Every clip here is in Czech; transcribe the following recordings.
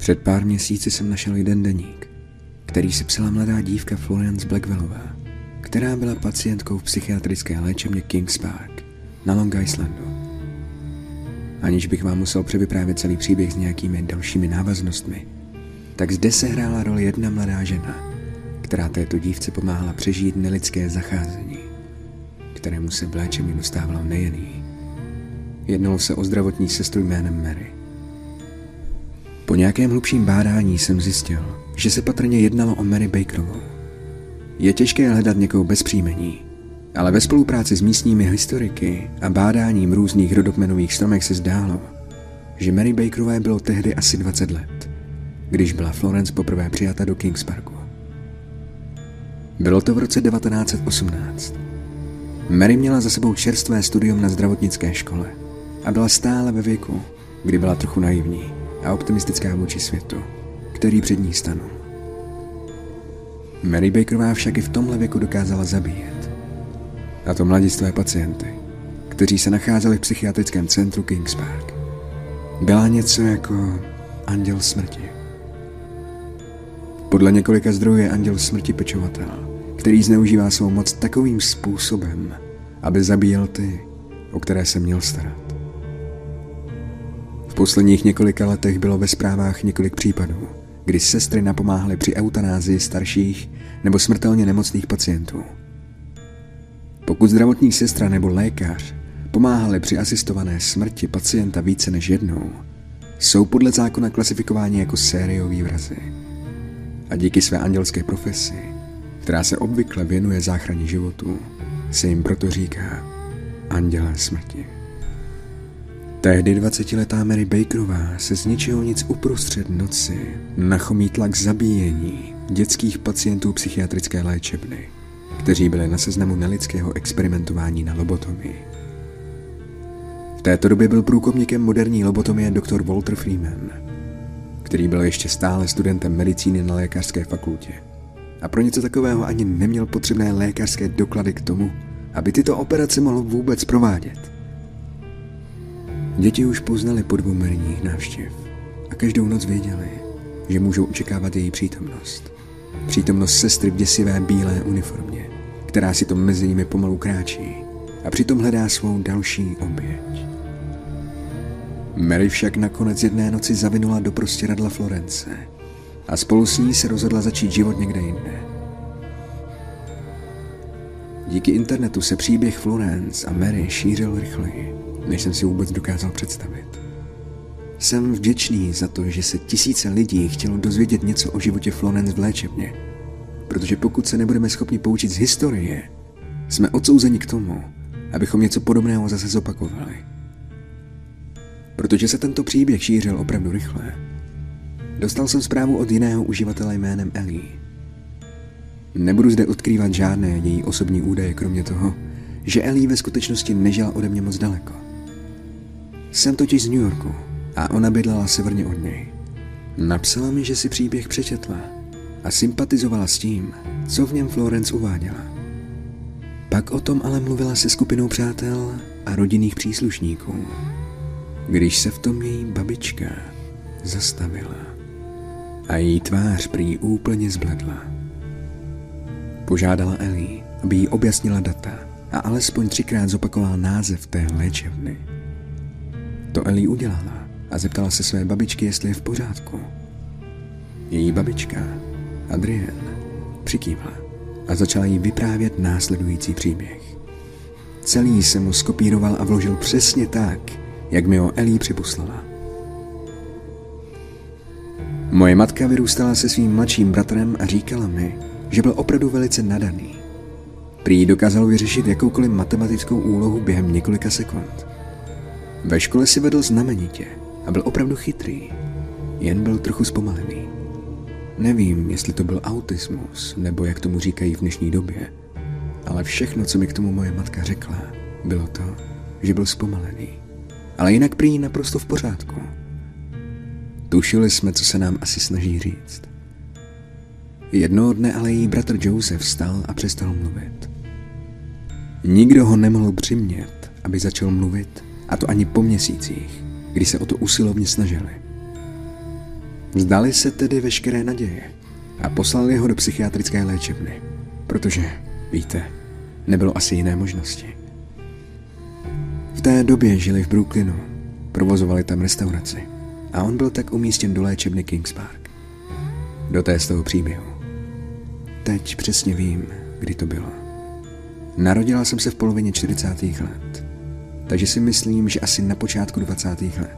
Před pár měsíci jsem našel jeden deník, který si psala mladá dívka Florence Blackwellová, která byla pacientkou v psychiatrické léčebně Kings Park na Long Islandu. Aniž bych vám musel převyprávět celý příběh s nějakými dalšími návaznostmi, tak zde se hrála roli jedna mladá žena, která této dívce pomáhala přežít nelidské zacházení, kterému se v léčebně dostávalo nejen jí. Jednalo se o zdravotní sestru jménem Mary. Po nějakém hlubším bádání jsem zjistil, že se patrně jednalo o Mary Bakerovou. Je těžké hledat někoho bez příjmení, ale ve spolupráci s místními historiky a bádáním různých rodokmenových stromek se zdálo, že Mary Bakerové bylo tehdy asi 20 let, když byla Florence poprvé přijata do Kings Parku. Bylo to v roce 1918. Mary měla za sebou čerstvé studium na zdravotnické škole a byla stále ve věku, kdy byla trochu naivní a optimistická vůči světu, který před ní stanul. Mary Bakerová však i v tomhle věku dokázala zabíjet. A to mladistvé pacienty, kteří se nacházeli v psychiatrickém centru Kings Park. Byla něco jako anděl smrti. Podle několika zdrojů je anděl smrti pečovatel, který zneužívá svou moc takovým způsobem, aby zabíjel ty, o které se měl starat. V posledních několika letech bylo ve zprávách několik případů, kdy sestry napomáhaly při eutanázii starších nebo smrtelně nemocných pacientů. Pokud zdravotní sestra nebo lékař pomáhali při asistované smrti pacienta více než jednou, jsou podle zákona klasifikováni jako sériový vrazi. A díky své andělské profesi, která se obvykle věnuje záchraně životů, se jim proto říká andělé smrti. Tehdy 20letá Mary Bakerová se z ničeho nic uprostřed noci nachomítla k zabíjení dětských pacientů psychiatrické léčebny, kteří byli na seznamu nelidského experimentování na lobotomii. V této době byl průkopníkem moderní lobotomie dr. Walter Freeman, který byl ještě stále studentem medicíny na lékařské fakultě a pro něco takového ani neměl potřebné lékařské doklady k tomu, aby tyto operace mohl vůbec provádět. Děti už poznali podobu Maryních návštěv a každou noc věděli, že můžou očekávat její přítomnost. Přítomnost sestry v děsivé bílé uniformě, která si to mezi nimi pomalu kráčí a přitom hledá svou další oběť. Mary však nakonec jedné noci zavinula do prostěradla Florence a spolu s ní se rozhodla začít život někde jinde. Díky internetu se příběh Florence a Mary šířil rychleji, než jsem si vůbec dokázal představit. Jsem vděčný za to, že se tisíce lidí chtělo dozvědět něco o životě Florence v léčebně, protože pokud se nebudeme schopni poučit z historie, jsme odsouzeni k tomu, abychom něco podobného zase zopakovali. Protože se tento příběh šířil opravdu rychle, dostal jsem zprávu od jiného uživatele jménem Ellie. Nebudu zde odkrývat žádné její osobní údaje, kromě toho, že Ellie ve skutečnosti nežila ode mě moc daleko. Jsem totiž z New Yorku a ona bydlela severně od něj. Napsala mi, že si příběh přečetla a sympatizovala s tím, co v něm Florence uváděla. Pak o tom ale mluvila se skupinou přátel a rodinných příslušníků, když se v tom její babička zastavila a její tvář prý úplně zbledla. Požádala Ellie, aby jí objasnila data a alespoň 3krát zopakovala název té léčebny. To Ellie udělala a zeptala se své babičky, jestli je v pořádku. Její babička, Adrienne, přikývla a začala jí vyprávět následující příběh. Celý jsem mu skopíroval a vložil přesně tak, jak mi ho Ellie připoslala. Moje matka vyrůstala se svým mladším bratrem a říkala mi, že byl opravdu velice nadaný. Prý dokázal vyřešit jakoukoliv matematickou úlohu během několika sekund. Ve škole si vedl znamenitě a byl opravdu chytrý, jen byl trochu zpomalený. Nevím, jestli to byl autismus, nebo jak tomu říkají v dnešní době, ale všechno, co mi k tomu moje matka řekla, bylo to, že byl zpomalený. Ale jinak prý naprosto v pořádku. Tušili jsme, co se nám asi snaží říct. Jednoho dne ale její bratr Joseph vstal a přestal mluvit. Nikdo ho nemohl přimět, aby začal mluvit, a to ani po měsících, kdy se o to usilovně snažili. Vzdali se tedy veškeré naděje a poslali ho do psychiatrické léčebny, protože, víte, nebylo asi jiné možnosti. V té době žili v Brooklynu, provozovali tam restauraci a on byl tak umístěn do léčebny Kings Park. Do té z toho příběhu. Teď přesně vím, kdy to bylo. Narodila jsem se v polovině 40. let, takže si myslím, že asi na počátku 20. let.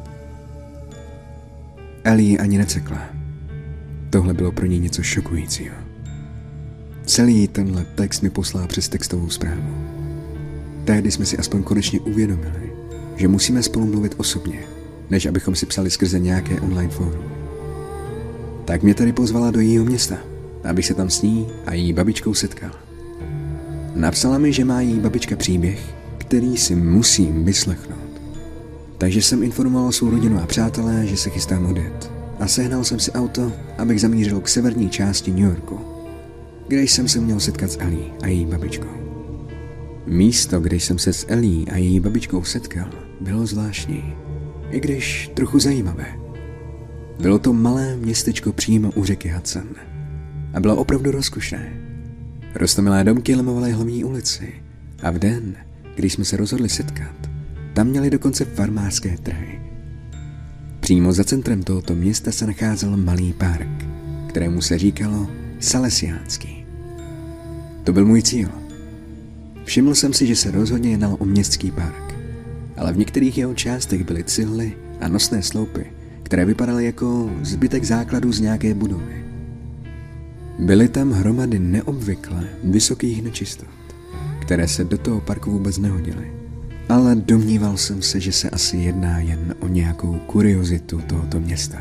Ellie ani necekla. Tohle bylo pro ní něco šokujícího. Celý tenhle text mi poslal přes textovou zprávu. Tehdy jsme si aspoň konečně uvědomili, že musíme spolu mluvit osobně, než abychom si psali skrze nějaké online fórum. Tak mě tedy pozvala do jejího města, abych se tam s ní a její babičkou setkal. Napsala mi, že má její babička příběh, který si musím vyslechnout. Takže jsem informoval svou rodinu a přátelé, že se chystám odjet. A sehnal jsem si auto, abych zamířil k severní části New Yorku, kde jsem se měl setkat s Ellie a její babičkou. Místo, kde jsem se s Ellie a její babičkou setkal, bylo zvláštní, i když trochu zajímavé. Bylo to malé městečko přímo u řeky Hudson a bylo opravdu rozkošné. Roztomilé domky lemovaly hlavní ulici a v den, když jsme se rozhodli setkat, tam měli dokonce farmářské trhy. Přímo za centrem tohoto města se nacházel malý park, kterému se říkalo Salesiánský. To byl můj cíl. Všiml jsem si, že se rozhodně jednalo o městský park, ale v některých jeho částech byly cihly a nosné sloupy, které vypadaly jako zbytek základů z nějaké budovy. Byly tam hromady neobvykle vysokých nečistot, které se do toho parku vůbec nehodily. Ale domníval jsem se, že se asi jedná jen o nějakou kuriozitu tohoto města.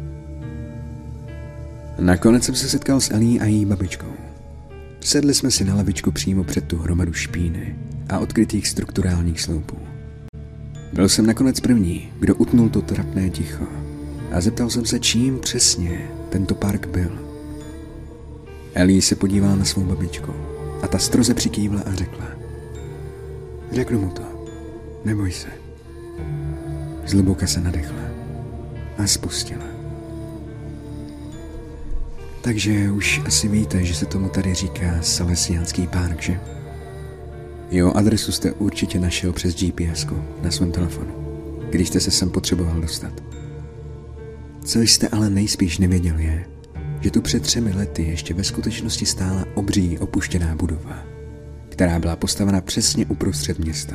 Nakonec jsem se setkal s Ellie a její babičkou. Sedli jsme si na lavičku přímo před tu hromadu špíny a odkrytých strukturálních sloupů. Byl jsem nakonec první, kdo utnul to trapné ticho a zeptal jsem se, čím přesně tento park byl. Ellie se podívala na svou babičku a ta stroze přikývla a řekla: Řeknu mu to, neboj se. Zhluboka se nadechla a spustila. Takže už asi víte, že se tomu tady říká Salesiánský park, že? Jeho adresu jste určitě našel přes GPS-ku na svém telefonu, když jste se sem potřeboval dostat. Co jste ale nejspíš nevěděl je, že tu před 3 lety ještě ve skutečnosti stála obří opuštěná budova, která byla postavena přesně uprostřed města.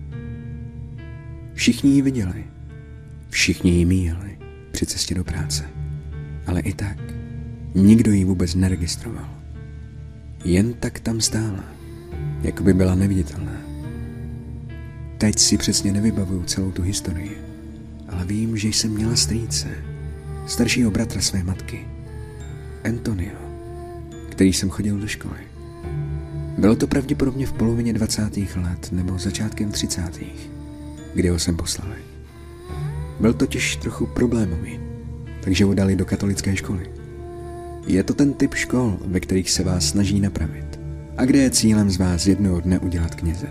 Všichni ji viděli, všichni ji míjeli při cestě do práce, ale i tak nikdo ji vůbec neregistroval. Jen tak tam stála, jako by byla neviditelná. Teď si přesně nevybavuju celou tu historii, ale vím, že jsem měla strýce, staršího bratra své matky, Antonio, který jsem chodil do školy. Bylo to pravděpodobně v polovině 20. let nebo začátkem 30., kdy ho sem poslali. Byl totiž trochu problémový, takže ho dali do katolické školy. Je to ten typ škol, ve kterých se vás snaží napravit a kde je cílem z vás jednoho dne udělat kněze.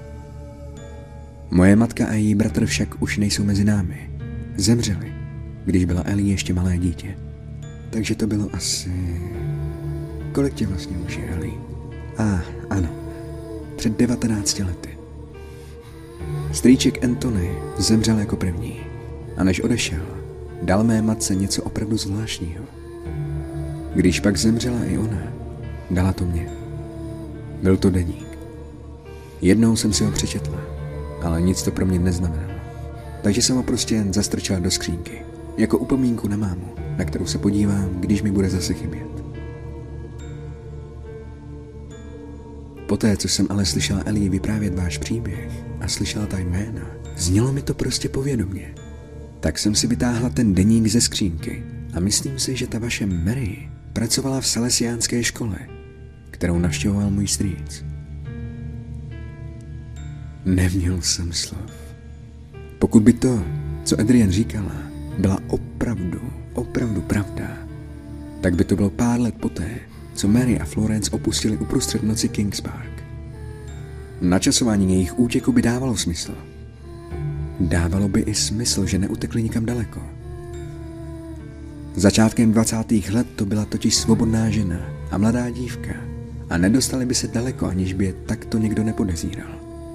Moje matka a její bratr však už nejsou mezi námi. Zemřeli, když byla Ellie ještě malé dítě. Takže to bylo asi... Kolik tě vlastně už je, Ellie? Ano, před 19 lety. Strýček Anthony zemřel jako první a než odešel, dal mé matce něco opravdu zvláštního. Když pak zemřela i ona, dala to mě. Byl to deník. Jednou jsem si ho přečetla, ale nic to pro mě neznamenalo. Takže jsem ho prostě jen zastrčila do skřínky, jako upomínku na mámu, na kterou se podívám, když mi bude zase chybět. Poté, co jsem ale slyšela Ellie vyprávět váš příběh a slyšela ta jména, znělo mi to prostě povědomě. Tak jsem si vytáhla ten deník ze skřínky a myslím si, že ta vaše Mary pracovala v salesiánské škole, kterou navštěvoval můj strýc. Neměl jsem slov. Pokud by to, co Adrian říkala, byla opravdu pravda, tak by to bylo pár let poté, co Mary a Florence opustili uprostřed noci Kings Park. Načasování jejich útěku by dávalo smysl. Dávalo by i smysl, že neutekli nikam daleko. Začátkem 20. let to byla totiž svobodná žena a mladá dívka a nedostali by se daleko, aniž by je takto někdo nepodezíral.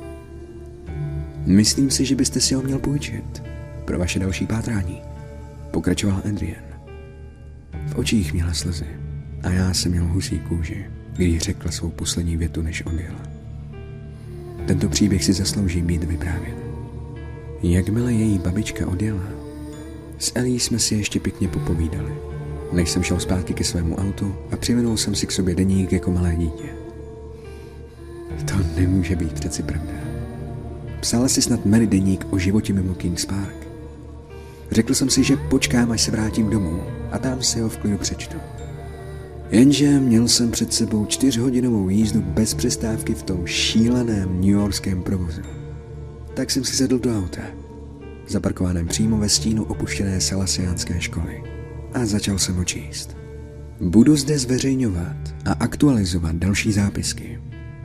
Myslím si, že byste si ho měl půjčit pro vaše další pátrání, pokračoval Adrian. V očích měla slzy a já jsem měl husí kůži, když řekla svou poslední větu, než odjela. Tento příběh si zaslouží být vyprávěn. Jakmile její babička odjela, s Ellie jsme si ještě pěkně popovídali, než jsem šel zpátky ke svému autu a přivinul jsem si k sobě deník jako malé dítě. To nemůže být přeci pravda. Psala si snad Mary deník o životě mimo Kings Park. Řekl jsem si, že počkám, až se vrátím domů a tam si ho v klidu přečtu. Jenže měl jsem před sebou 4hodinovou jízdu bez přestávky v tom šíleném newyorském provozu. Tak jsem si sedl do auta, zaparkovaném přímo ve stínu opuštěné salesiánské školy, a začal jsem ho číst. Budu zde zveřejňovat a aktualizovat další zápisky.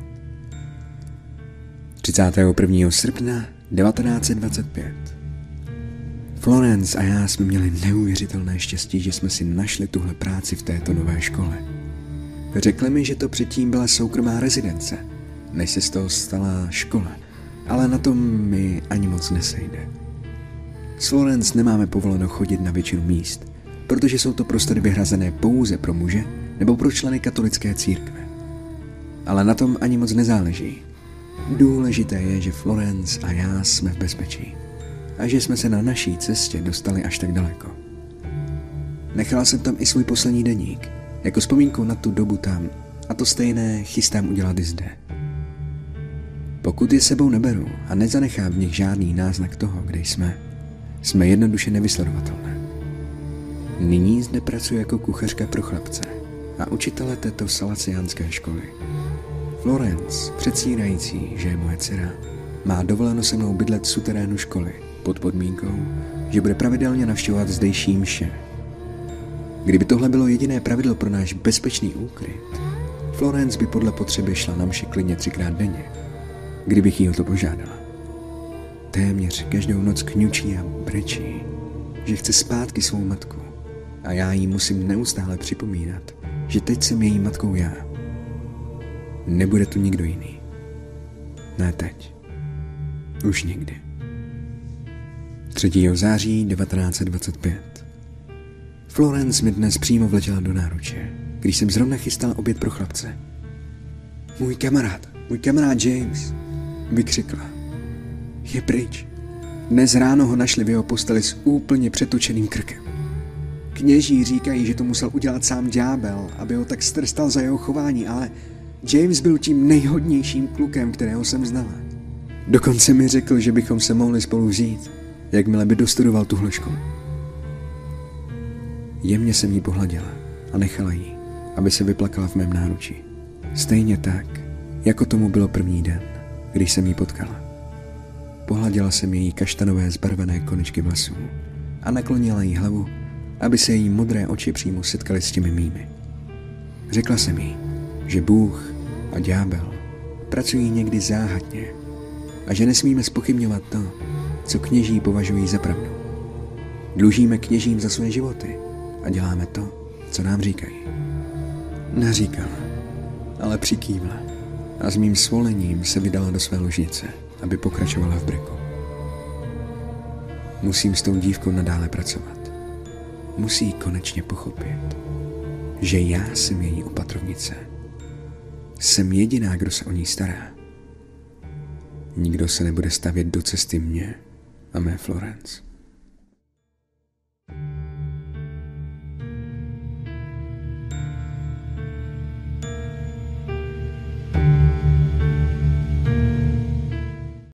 31. srpna 1925. Florence a já jsme měli neuvěřitelné štěstí, že jsme si našli tuhle práci v této nové škole. Řekli mi, že to předtím byla soukromá rezidence, než se z toho stala škola, ale na tom mi ani moc nesejde. S Florence nemáme povoleno chodit na většinu míst, protože jsou to prostory vyhrazené pouze pro muže nebo pro členy katolické církve. Ale na tom ani moc nezáleží. Důležité je, že Florence a já jsme v bezpečí a že jsme se na naší cestě dostali až tak daleko. Nechala jsem tam i svůj poslední deník, jako vzpomínku na tu dobu tam, a to stejné chystám udělat i zde. Pokud je sebou neberu a nezanechám v nich žádný náznak toho, kde jsme jednoduše nevysledovatelné. Nyní zde pracuji jako kuchařka pro chlapce a učitele této salesiánské školy. Florence, předstírající, že je moje dcera, má dovoleno se mnou bydlet v suterénu školy pod podmínkou, že bude pravidelně navštěvovat zdejší mše. Kdyby tohle bylo jediné pravidlo pro náš bezpečný úkryt, Florence by podle potřeby šla na mši klidně 3krát denně, kdybych jí o to požádala. Téměř každou noc kňučí a brečí, že chce zpátky svou matku a já jí musím neustále připomínat, že teď jsem její matkou já. Nebude tu nikdo jiný. Ne teď. Už nikdy. 3. září 1925. Florence mi dnes přímo vletěla do náruče, když jsem zrovna chystal oběd pro chlapce. Můj kamarád James, vykřikla. Je pryč. Dnes ráno ho našli v jeho posteli s úplně přetočeným krkem. Kněží říkají, že to musel udělat sám ďábel, aby ho tak strstal za jeho chování, ale James byl tím nejhodnějším klukem, kterého jsem znala. Dokonce mi řekl, že bychom se mohli spolu vzít, jakmile by dostudoval tuhle školu. Jemně jsem jí pohladila a nechala jí, aby se vyplakala v mém náručí. Stejně tak, jako tomu bylo první den, když jsem jí potkala. Pohladila jsem její kaštanové zbarvené koničky vlasů a naklonila jí hlavu, aby se její modré oči přímo setkaly s těmi mými. Řekla jsem jí, že Bůh a ďábel pracují někdy záhadně a že nesmíme zpochybňovat to, co kněží považují za pravdu. Dlužíme kněžím za své životy a děláme to, co nám říkají. Neříkala, ale přikývla a s mým svolením se vydala do své ložnice, aby pokračovala v breku. Musím s tou dívkou nadále pracovat. Musí konečně pochopit, že já jsem její opatrovnice. Jsem jediná, kdo se o ní stará. Nikdo se nebude stavět do cesty mě a mé Florence.